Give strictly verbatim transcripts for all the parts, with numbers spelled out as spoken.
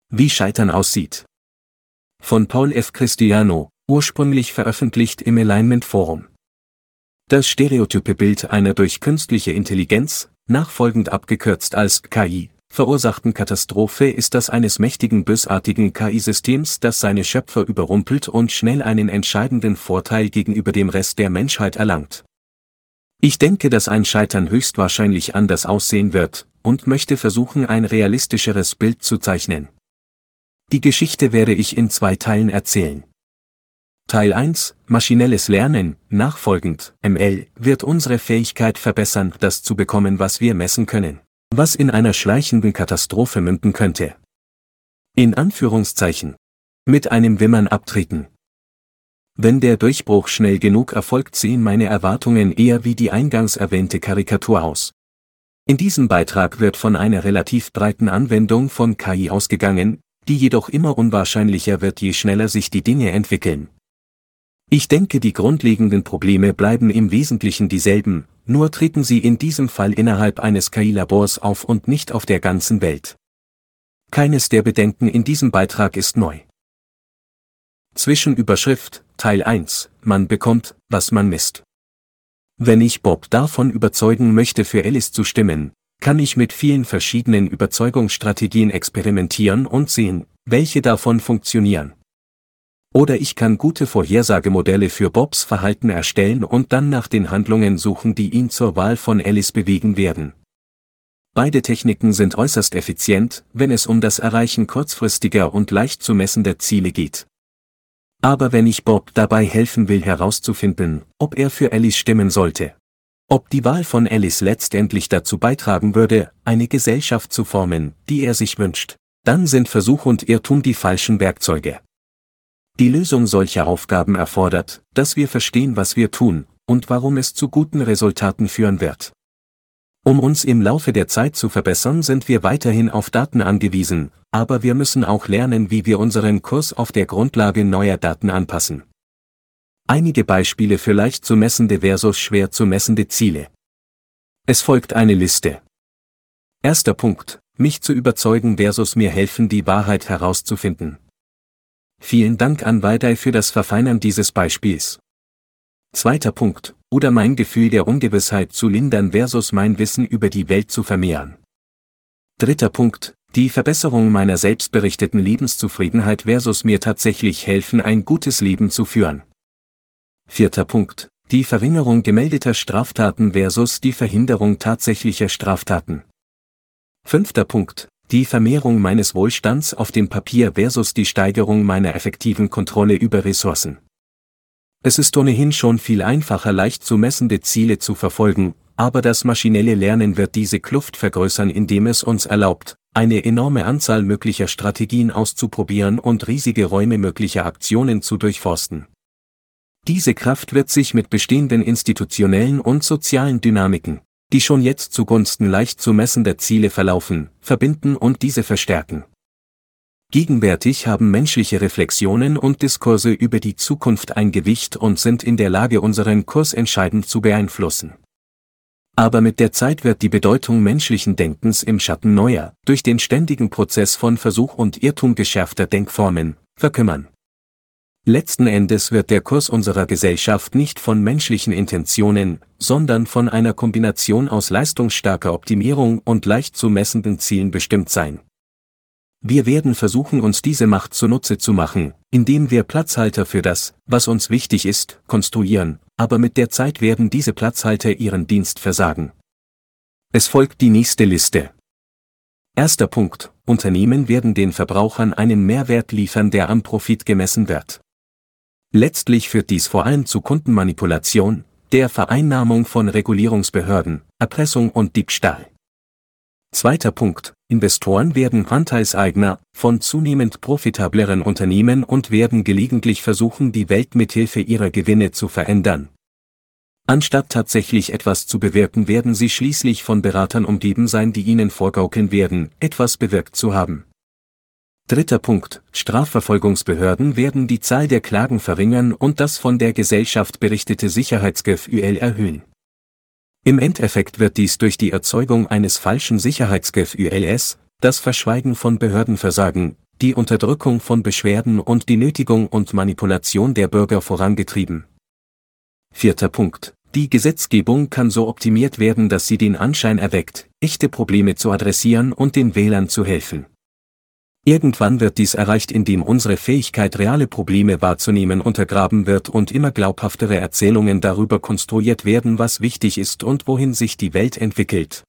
Wie Scheitern aussieht. Von Paul F. Cristiano, ursprünglich veröffentlicht im Alignment Forum. Das stereotype Bild einer durch künstliche Intelligenz, nachfolgend abgekürzt als K I, verursachten Katastrophe ist das eines mächtigen bösartigen K I-Systems, das seine Schöpfer überrumpelt und schnell einen entscheidenden Vorteil gegenüber dem Rest der Menschheit erlangt. Ich denke, dass ein Scheitern höchstwahrscheinlich anders aussehen wird, und möchte versuchen, ein realistischeres Bild zu zeichnen. Die Geschichte werde ich in zwei Teilen erzählen. Teil eins, Maschinelles Lernen, nachfolgend, M L, wird unsere Fähigkeit verbessern, das zu bekommen, was wir messen können, was in einer schleichenden Katastrophe münden könnte. In Anführungszeichen. Mit einem Wimmern abtreten. Wenn der Durchbruch schnell genug erfolgt, sehen meine Erwartungen eher wie die eingangs erwähnte Karikatur aus. In diesem Beitrag wird von einer relativ breiten Anwendung von K I ausgegangen, die jedoch immer unwahrscheinlicher wird, je schneller sich die Dinge entwickeln. Ich denke, die grundlegenden Probleme bleiben im Wesentlichen dieselben, nur treten sie in diesem Fall innerhalb eines K I-Labors auf und nicht auf der ganzen Welt. Keines der Bedenken in diesem Beitrag ist neu. Zwischenüberschrift, Teil eins, man bekommt, was man misst. Wenn ich Bob davon überzeugen möchte, für Alice zu stimmen, kann ich mit vielen verschiedenen Überzeugungsstrategien experimentieren und sehen, welche davon funktionieren. Oder ich kann gute Vorhersagemodelle für Bobs Verhalten erstellen und dann nach den Handlungen suchen, die ihn zur Wahl von Alice bewegen werden. Beide Techniken sind äußerst effizient, wenn es um das Erreichen kurzfristiger und leicht zu messender Ziele geht. Aber wenn ich Bob dabei helfen will, herauszufinden, ob er für Alice stimmen sollte, ob die Wahl von Alice letztendlich dazu beitragen würde, eine Gesellschaft zu formen, die er sich wünscht, dann sind Versuch und Irrtum die falschen Werkzeuge. Die Lösung solcher Aufgaben erfordert, dass wir verstehen, was wir tun, und warum es zu guten Resultaten führen wird. Um uns im Laufe der Zeit zu verbessern, sind wir weiterhin auf Daten angewiesen, aber wir müssen auch lernen, wie wir unseren Kurs auf der Grundlage neuer Daten anpassen. Einige Beispiele für leicht zu messende versus schwer zu messende Ziele. Es folgt eine Liste. Erster Punkt, mich zu überzeugen versus mir helfen, die Wahrheit herauszufinden. Vielen Dank an Weidai für das Verfeinern dieses Beispiels. Zweiter Punkt, oder mein Gefühl der Ungewissheit zu lindern versus mein Wissen über die Welt zu vermehren. Dritter Punkt, die Verbesserung meiner selbstberichteten Lebenszufriedenheit versus mir tatsächlich helfen, ein gutes Leben zu führen. Vierter Punkt, die Verringerung gemeldeter Straftaten versus die Verhinderung tatsächlicher Straftaten. Fünfter Punkt, die Vermehrung meines Wohlstands auf dem Papier versus die Steigerung meiner effektiven Kontrolle über Ressourcen. Es ist ohnehin schon viel einfacher, leicht zu messende Ziele zu verfolgen, aber das maschinelle Lernen wird diese Kluft vergrößern, indem es uns erlaubt, eine enorme Anzahl möglicher Strategien auszuprobieren und riesige Räume möglicher Aktionen zu durchforsten. Diese Kraft wird sich mit bestehenden institutionellen und sozialen Dynamiken, die schon jetzt zugunsten leicht zu messender Ziele verlaufen, verbinden und diese verstärken. Gegenwärtig haben menschliche Reflexionen und Diskurse über die Zukunft ein Gewicht und sind in der Lage, unseren Kurs entscheidend zu beeinflussen. Aber mit der Zeit wird die Bedeutung menschlichen Denkens im Schatten neuer, durch den ständigen Prozess von Versuch und Irrtum geschärfter Denkformen, verkümmern. Letzten Endes wird der Kurs unserer Gesellschaft nicht von menschlichen Intentionen, sondern von einer Kombination aus leistungsstarker Optimierung und leicht zu messenden Zielen bestimmt sein. Wir werden versuchen, uns diese Macht zunutze zu machen, indem wir Platzhalter für das, was uns wichtig ist, konstruieren, aber mit der Zeit werden diese Platzhalter ihren Dienst versagen. Es folgt die nächste Liste. Erster Punkt, Unternehmen werden den Verbrauchern einen Mehrwert liefern, der am Profit gemessen wird. Letztlich führt dies vor allem zu Kundenmanipulation, der Vereinnahmung von Regulierungsbehörden, Erpressung und Diebstahl. Zweiter Punkt, Investoren werden Anteilseigner von zunehmend profitableren Unternehmen und werden gelegentlich versuchen, die Welt mithilfe ihrer Gewinne zu verändern. Anstatt tatsächlich etwas zu bewirken, werden sie schließlich von Beratern umgeben sein, die ihnen vorgaukeln werden, etwas bewirkt zu haben. Dritter Punkt, Strafverfolgungsbehörden werden die Zahl der Klagen verringern und das von der Gesellschaft berichtete Sicherheitsgefühl erhöhen. Im Endeffekt wird dies durch die Erzeugung eines falschen Sicherheitsgefühls, das Verschweigen von Behördenversagen, die Unterdrückung von Beschwerden und die Nötigung und Manipulation der Bürger vorangetrieben. Vierter Punkt. Die Gesetzgebung kann so optimiert werden, dass sie den Anschein erweckt, echte Probleme zu adressieren und den Wählern zu helfen. Irgendwann wird dies erreicht, indem unsere Fähigkeit, reale Probleme wahrzunehmen, untergraben wird und immer glaubhaftere Erzählungen darüber konstruiert werden, was wichtig ist und wohin sich die Welt entwickelt.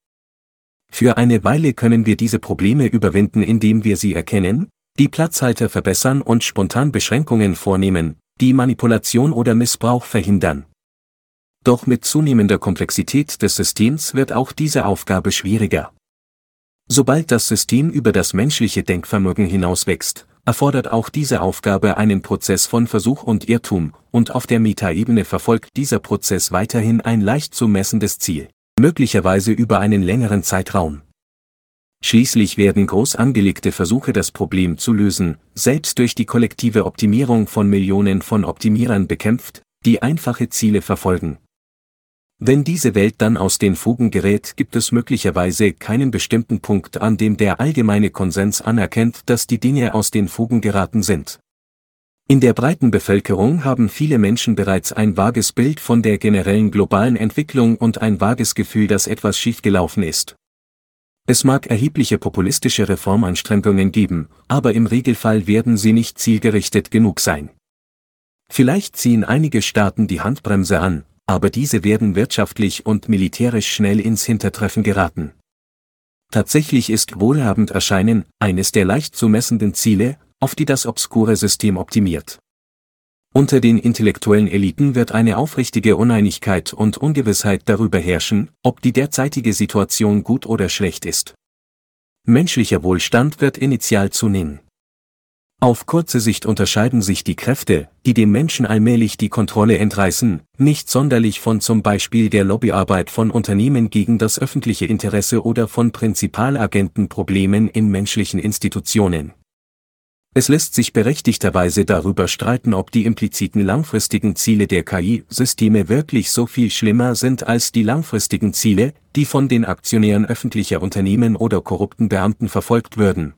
Für eine Weile können wir diese Probleme überwinden, indem wir sie erkennen, die Platzhalter verbessern und spontan Beschränkungen vornehmen, die Manipulation oder Missbrauch verhindern. Doch mit zunehmender Komplexität des Systems wird auch diese Aufgabe schwieriger. Sobald das System über das menschliche Denkvermögen hinauswächst, erfordert auch diese Aufgabe einen Prozess von Versuch und Irrtum, und auf der Metaebene verfolgt dieser Prozess weiterhin ein leicht zu messendes Ziel, möglicherweise über einen längeren Zeitraum. Schließlich werden groß angelegte Versuche, das Problem zu lösen, selbst durch die kollektive Optimierung von Millionen von Optimierern bekämpft, die einfache Ziele verfolgen. Wenn diese Welt dann aus den Fugen gerät, gibt es möglicherweise keinen bestimmten Punkt, an dem der allgemeine Konsens anerkennt, dass die Dinge aus den Fugen geraten sind. In der breiten Bevölkerung haben viele Menschen bereits ein vages Bild von der generellen globalen Entwicklung und ein vages Gefühl, dass etwas schiefgelaufen ist. Es mag erhebliche populistische Reformanstrengungen geben, aber im Regelfall werden sie nicht zielgerichtet genug sein. Vielleicht ziehen einige Staaten die Handbremse an, aber diese werden wirtschaftlich und militärisch schnell ins Hintertreffen geraten. Tatsächlich ist wohlhabend erscheinen eines der leicht zu messenden Ziele, auf die das obskure System optimiert. Unter den intellektuellen Eliten wird eine aufrichtige Uneinigkeit und Ungewissheit darüber herrschen, ob die derzeitige Situation gut oder schlecht ist. Menschlicher Wohlstand wird initial zunehmen. Auf kurze Sicht unterscheiden sich die Kräfte, die dem Menschen allmählich die Kontrolle entreißen, nicht sonderlich von zum Beispiel der Lobbyarbeit von Unternehmen gegen das öffentliche Interesse oder von Prinzipalagentenproblemen in menschlichen Institutionen. Es lässt sich berechtigterweise darüber streiten, ob die impliziten langfristigen Ziele der K I-Systeme wirklich so viel schlimmer sind als die langfristigen Ziele, die von den Aktionären öffentlicher Unternehmen oder korrupten Beamten verfolgt würden.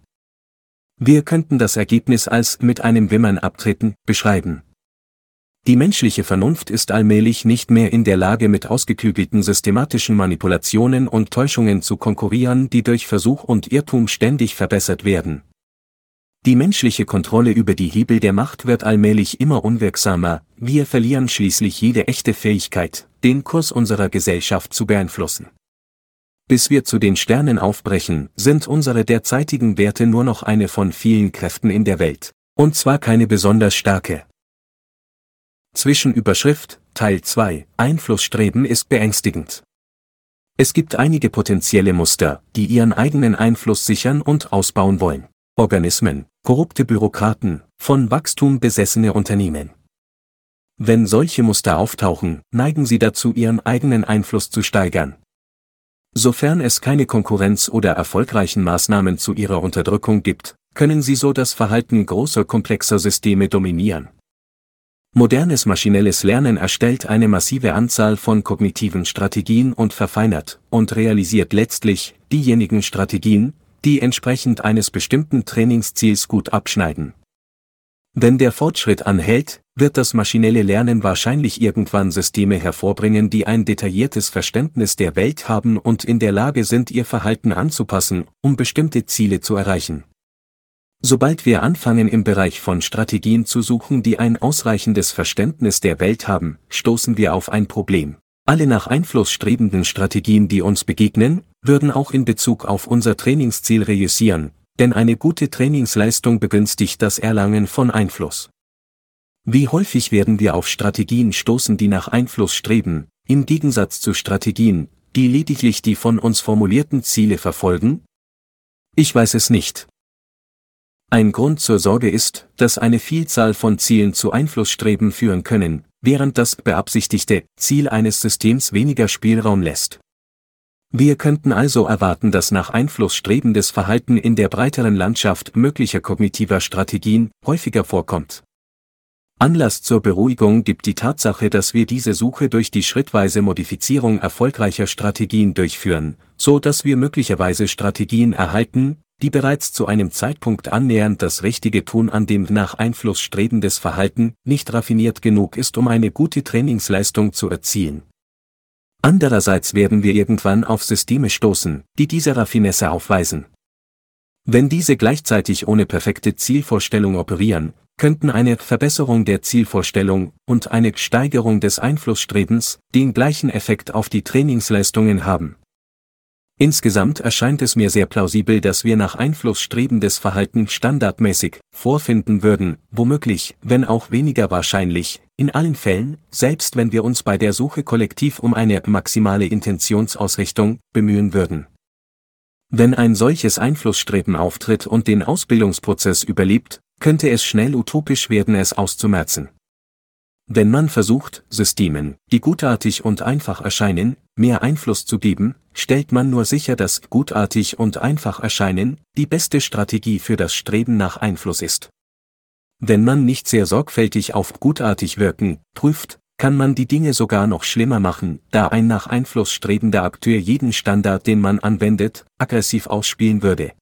Wir könnten das Ergebnis als mit einem Wimmern abtreten beschreiben. Die menschliche Vernunft ist allmählich nicht mehr in der Lage, mit ausgeklügelten systematischen Manipulationen und Täuschungen zu konkurrieren, die durch Versuch und Irrtum ständig verbessert werden. Die menschliche Kontrolle über die Hebel der Macht wird allmählich immer unwirksamer, wir verlieren schließlich jede echte Fähigkeit, den Kurs unserer Gesellschaft zu beeinflussen. Bis wir zu den Sternen aufbrechen, sind unsere derzeitigen Werte nur noch eine von vielen Kräften in der Welt, und zwar keine besonders starke. Zwischenüberschrift, Teil zwei, Einflussstreben ist beängstigend. Es gibt einige potenzielle Muster, die ihren eigenen Einfluss sichern und ausbauen wollen. Organismen, korrupte Bürokraten, von Wachstum besessene Unternehmen. Wenn solche Muster auftauchen, neigen sie dazu, ihren eigenen Einfluss zu steigern. Sofern es keine Konkurrenz oder erfolgreichen Maßnahmen zu ihrer Unterdrückung gibt, können sie so das Verhalten großer komplexer Systeme dominieren. Modernes maschinelles Lernen erstellt eine massive Anzahl von kognitiven Strategien und verfeinert und realisiert letztlich diejenigen Strategien, die entsprechend eines bestimmten Trainingsziels gut abschneiden. Wenn der Fortschritt anhält, wird das maschinelle Lernen wahrscheinlich irgendwann Systeme hervorbringen, die ein detailliertes Verständnis der Welt haben und in der Lage sind, ihr Verhalten anzupassen, um bestimmte Ziele zu erreichen. Sobald wir anfangen, im Bereich von Strategien zu suchen, die ein ausreichendes Verständnis der Welt haben, stoßen wir auf ein Problem. Alle nach Einfluss strebenden Strategien, die uns begegnen, würden auch in Bezug auf unser Trainingsziel reüssieren, denn eine gute Trainingsleistung begünstigt das Erlangen von Einfluss. Wie häufig werden wir auf Strategien stoßen, die nach Einfluss streben, im Gegensatz zu Strategien, die lediglich die von uns formulierten Ziele verfolgen? Ich weiß es nicht. Ein Grund zur Sorge ist, dass eine Vielzahl von Zielen zu Einflussstreben führen können, während das beabsichtigte Ziel eines Systems weniger Spielraum lässt. Wir könnten also erwarten, dass nach Einfluss strebendes Verhalten in der breiteren Landschaft möglicher kognitiver Strategien häufiger vorkommt. Anlass zur Beruhigung gibt die Tatsache, dass wir diese Suche durch die schrittweise Modifizierung erfolgreicher Strategien durchführen, so dass wir möglicherweise Strategien erhalten, die bereits zu einem Zeitpunkt annähernd das Richtige tun, an dem nach Einfluss strebendes Verhalten nicht raffiniert genug ist, um eine gute Trainingsleistung zu erzielen. Andererseits werden wir irgendwann auf Systeme stoßen, die diese Raffinesse aufweisen. Wenn diese gleichzeitig ohne perfekte Zielvorstellung operieren, könnten eine Verbesserung der Zielvorstellung und eine Steigerung des Einflussstrebens den gleichen Effekt auf die Trainingsleistungen haben. Insgesamt erscheint es mir sehr plausibel, dass wir nach Einfluss strebendes Verhalten standardmäßig vorfinden würden, womöglich, wenn auch weniger wahrscheinlich, in allen Fällen, selbst wenn wir uns bei der Suche kollektiv um eine maximale Intentionsausrichtung bemühen würden. Wenn ein solches Einflussstreben auftritt und den Ausbildungsprozess überlebt, könnte es schnell utopisch werden, es auszumerzen. Wenn man versucht, Systemen, die gutartig und einfach erscheinen, mehr Einfluss zu geben, stellt man nur sicher, dass gutartig und einfach erscheinen die beste Strategie für das Streben nach Einfluss ist. Wenn man nicht sehr sorgfältig auf gutartig wirken prüft, kann man die Dinge sogar noch schlimmer machen, da ein nach Einfluss strebender Akteur jeden Standard, den man anwendet, aggressiv ausspielen würde.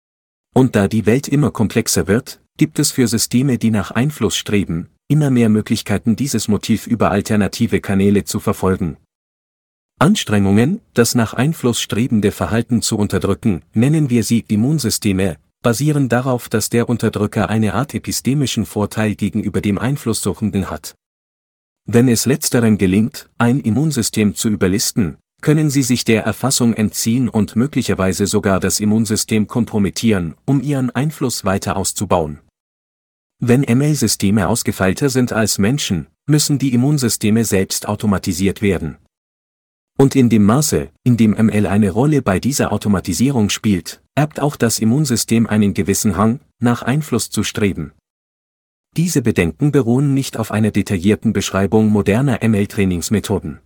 Und da die Welt immer komplexer wird, gibt es für Systeme, die nach Einfluss streben, immer mehr Möglichkeiten, dieses Motiv über alternative Kanäle zu verfolgen. Anstrengungen, das nach Einfluss strebende Verhalten zu unterdrücken, nennen wir sie Immunsysteme, basieren darauf, dass der Unterdrücker eine Art epistemischen Vorteil gegenüber dem Einflusssuchenden hat. Wenn es letzterem gelingt, ein Immunsystem zu überlisten, können sie sich der Erfassung entziehen und möglicherweise sogar das Immunsystem kompromittieren, um ihren Einfluss weiter auszubauen. Wenn M L-Systeme ausgefeilter sind als Menschen, müssen die Immunsysteme selbst automatisiert werden. Und in dem Maße, in dem M L eine Rolle bei dieser Automatisierung spielt, erbt auch das Immunsystem einen gewissen Hang, nach Einfluss zu streben. Diese Bedenken beruhen nicht auf einer detaillierten Beschreibung moderner M L-Trainingsmethoden.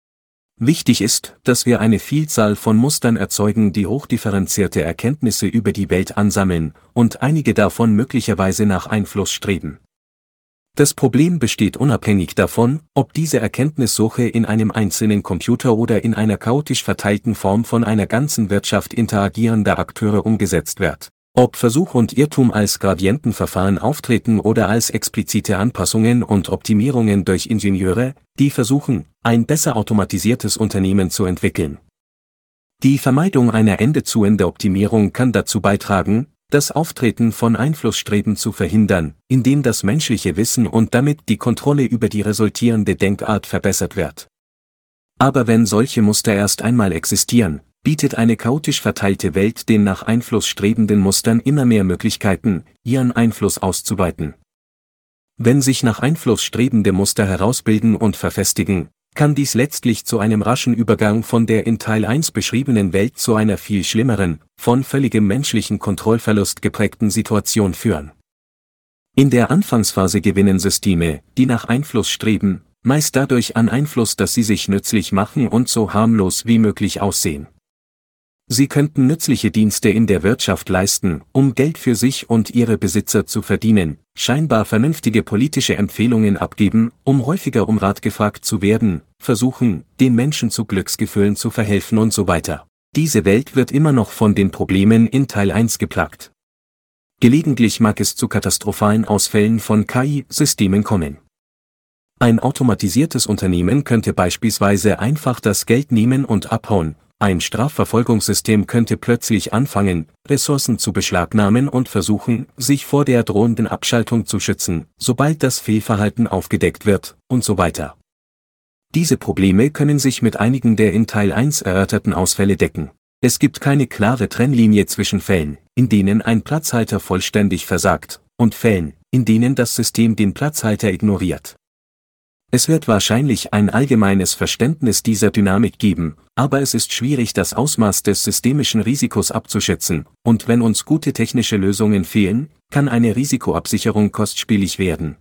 Wichtig ist, dass wir eine Vielzahl von Mustern erzeugen, die hochdifferenzierte Erkenntnisse über die Welt ansammeln, und einige davon möglicherweise nach Einfluss streben. Das Problem besteht unabhängig davon, ob diese Erkenntnissuche in einem einzelnen Computer oder in einer chaotisch verteilten Form von einer ganzen Wirtschaft interagierender Akteure umgesetzt wird. Ob Versuch und Irrtum als Gradientenverfahren auftreten oder als explizite Anpassungen und Optimierungen durch Ingenieure, die versuchen, ein besser automatisiertes Unternehmen zu entwickeln. Die Vermeidung einer endezuenden Optimierung kann dazu beitragen, das Auftreten von Einflussstreben zu verhindern, indem das menschliche Wissen und damit die Kontrolle über die resultierende Denkart verbessert wird. Aber wenn solche Muster erst einmal existieren, bietet eine chaotisch verteilte Welt den nach Einfluss strebenden Mustern immer mehr Möglichkeiten, ihren Einfluss auszuweiten. Wenn sich nach Einfluss strebende Muster herausbilden und verfestigen, kann dies letztlich zu einem raschen Übergang von der in Teil eins beschriebenen Welt zu einer viel schlimmeren, von völligem menschlichen Kontrollverlust geprägten Situation führen. In der Anfangsphase gewinnen Systeme, die nach Einfluss streben, meist dadurch an Einfluss, dass sie sich nützlich machen und so harmlos wie möglich aussehen. Sie könnten nützliche Dienste in der Wirtschaft leisten, um Geld für sich und ihre Besitzer zu verdienen, scheinbar vernünftige politische Empfehlungen abgeben, um häufiger um Rat gefragt zu werden, versuchen, den Menschen zu Glücksgefühlen zu verhelfen und so weiter. Diese Welt wird immer noch von den Problemen in Teil eins geplagt. Gelegentlich mag es zu katastrophalen Ausfällen von K I-Systemen kommen. Ein automatisiertes Unternehmen könnte beispielsweise einfach das Geld nehmen und abhauen. Ein Strafverfolgungssystem könnte plötzlich anfangen, Ressourcen zu beschlagnahmen und versuchen, sich vor der drohenden Abschaltung zu schützen, sobald das Fehlverhalten aufgedeckt wird, und so weiter. Diese Probleme können sich mit einigen der in Teil eins erörterten Ausfälle decken. Es gibt keine klare Trennlinie zwischen Fällen, in denen ein Platzhalter vollständig versagt, und Fällen, in denen das System den Platzhalter ignoriert. Es wird wahrscheinlich ein allgemeines Verständnis dieser Dynamik geben, aber es ist schwierig, das Ausmaß des systemischen Risikos abzuschätzen, und wenn uns gute technische Lösungen fehlen, kann eine Risikoabsicherung kostspielig werden.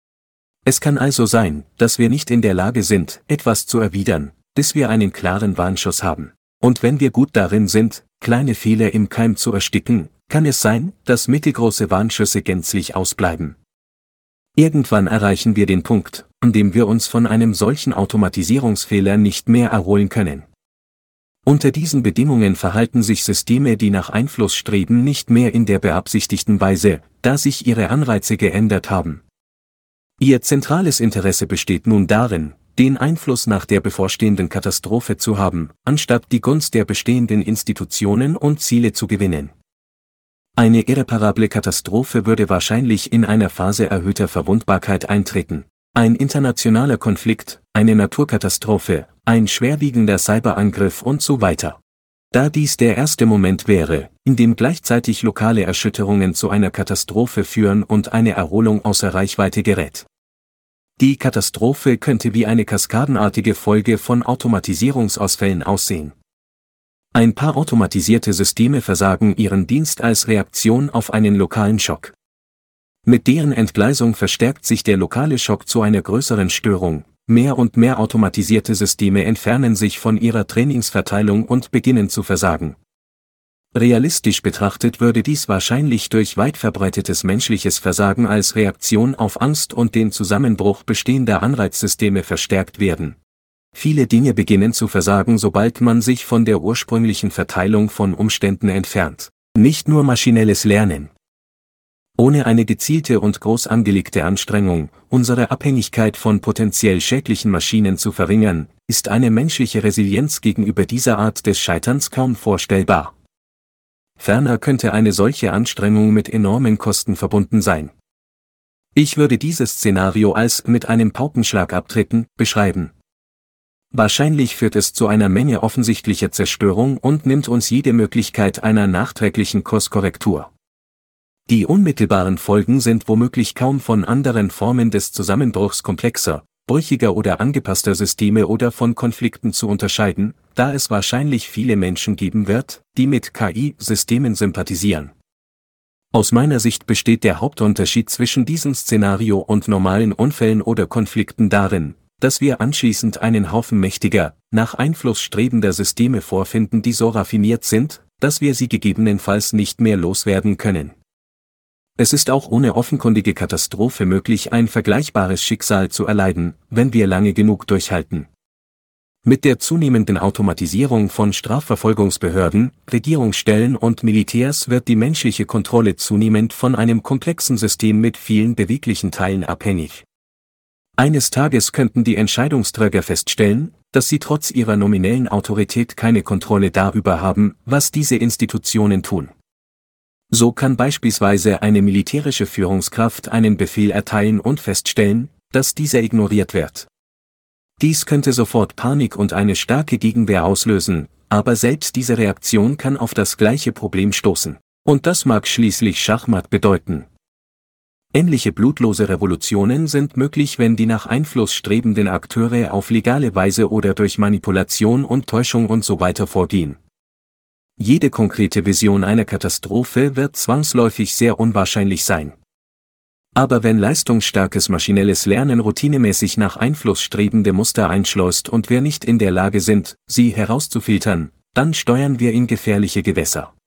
Es kann also sein, dass wir nicht in der Lage sind, etwas zu erwidern, bis wir einen klaren Warnschuss haben. Und wenn wir gut darin sind, kleine Fehler im Keim zu ersticken, kann es sein, dass mittelgroße Warnschüsse gänzlich ausbleiben. Irgendwann erreichen wir den Punkt, an dem wir uns von einem solchen Automatisierungsfehler nicht mehr erholen können. Unter diesen Bedingungen verhalten sich Systeme, die nach Einfluss streben, nicht mehr in der beabsichtigten Weise, da sich ihre Anreize geändert haben. Ihr zentrales Interesse besteht nun darin, den Einfluss nach der bevorstehenden Katastrophe zu haben, anstatt die Gunst der bestehenden Institutionen und Ziele zu gewinnen. Eine irreparable Katastrophe würde wahrscheinlich in einer Phase erhöhter Verwundbarkeit eintreten. Ein internationaler Konflikt, eine Naturkatastrophe, ein schwerwiegender Cyberangriff und so weiter. Da dies der erste Moment wäre, in dem gleichzeitig lokale Erschütterungen zu einer Katastrophe führen und eine Erholung außer Reichweite gerät. Die Katastrophe könnte wie eine kaskadenartige Folge von Automatisierungsausfällen aussehen. Ein paar automatisierte Systeme versagen ihren Dienst als Reaktion auf einen lokalen Schock. Mit deren Entgleisung verstärkt sich der lokale Schock zu einer größeren Störung. Mehr und mehr automatisierte Systeme entfernen sich von ihrer Trainingsverteilung und beginnen zu versagen. Realistisch betrachtet würde dies wahrscheinlich durch weit verbreitetes menschliches Versagen als Reaktion auf Angst und den Zusammenbruch bestehender Anreizsysteme verstärkt werden. Viele Dinge beginnen zu versagen, sobald man sich von der ursprünglichen Verteilung von Umständen entfernt. Nicht nur maschinelles Lernen. Ohne eine gezielte und groß angelegte Anstrengung, unsere Abhängigkeit von potenziell schädlichen Maschinen zu verringern, ist eine menschliche Resilienz gegenüber dieser Art des Scheiterns kaum vorstellbar. Ferner könnte eine solche Anstrengung mit enormen Kosten verbunden sein. Ich würde dieses Szenario als mit einem Paukenschlag abtreten beschreiben. Wahrscheinlich führt es zu einer Menge offensichtlicher Zerstörung und nimmt uns jede Möglichkeit einer nachträglichen Kurskorrektur. Die unmittelbaren Folgen sind womöglich kaum von anderen Formen des Zusammenbruchs komplexer, brüchiger oder angepasster Systeme oder von Konflikten zu unterscheiden, da es wahrscheinlich viele Menschen geben wird, die mit K I-Systemen sympathisieren. Aus meiner Sicht besteht der Hauptunterschied zwischen diesem Szenario und normalen Unfällen oder Konflikten darin, dass wir anschließend einen Haufen mächtiger, nach Einfluss strebender Systeme vorfinden, die so raffiniert sind, dass wir sie gegebenenfalls nicht mehr loswerden können. Es ist auch ohne offenkundige Katastrophe möglich, ein vergleichbares Schicksal zu erleiden, wenn wir lange genug durchhalten. Mit der zunehmenden Automatisierung von Strafverfolgungsbehörden, Regierungsstellen und Militärs wird die menschliche Kontrolle zunehmend von einem komplexen System mit vielen beweglichen Teilen abhängig. Eines Tages könnten die Entscheidungsträger feststellen, dass sie trotz ihrer nominellen Autorität keine Kontrolle darüber haben, was diese Institutionen tun. So kann beispielsweise eine militärische Führungskraft einen Befehl erteilen und feststellen, dass dieser ignoriert wird. Dies könnte sofort Panik und eine starke Gegenwehr auslösen, aber selbst diese Reaktion kann auf das gleiche Problem stoßen. Und das mag schließlich Schachmatt bedeuten. Ähnliche blutlose Revolutionen sind möglich, wenn die nach Einfluss strebenden Akteure auf legale Weise oder durch Manipulation und Täuschung und so weiter vorgehen. Jede konkrete Vision einer Katastrophe wird zwangsläufig sehr unwahrscheinlich sein. Aber wenn leistungsstarkes maschinelles Lernen routinemäßig nach Einfluss strebende Muster einschleust und wir nicht in der Lage sind, sie herauszufiltern, dann steuern wir in gefährliche Gewässer.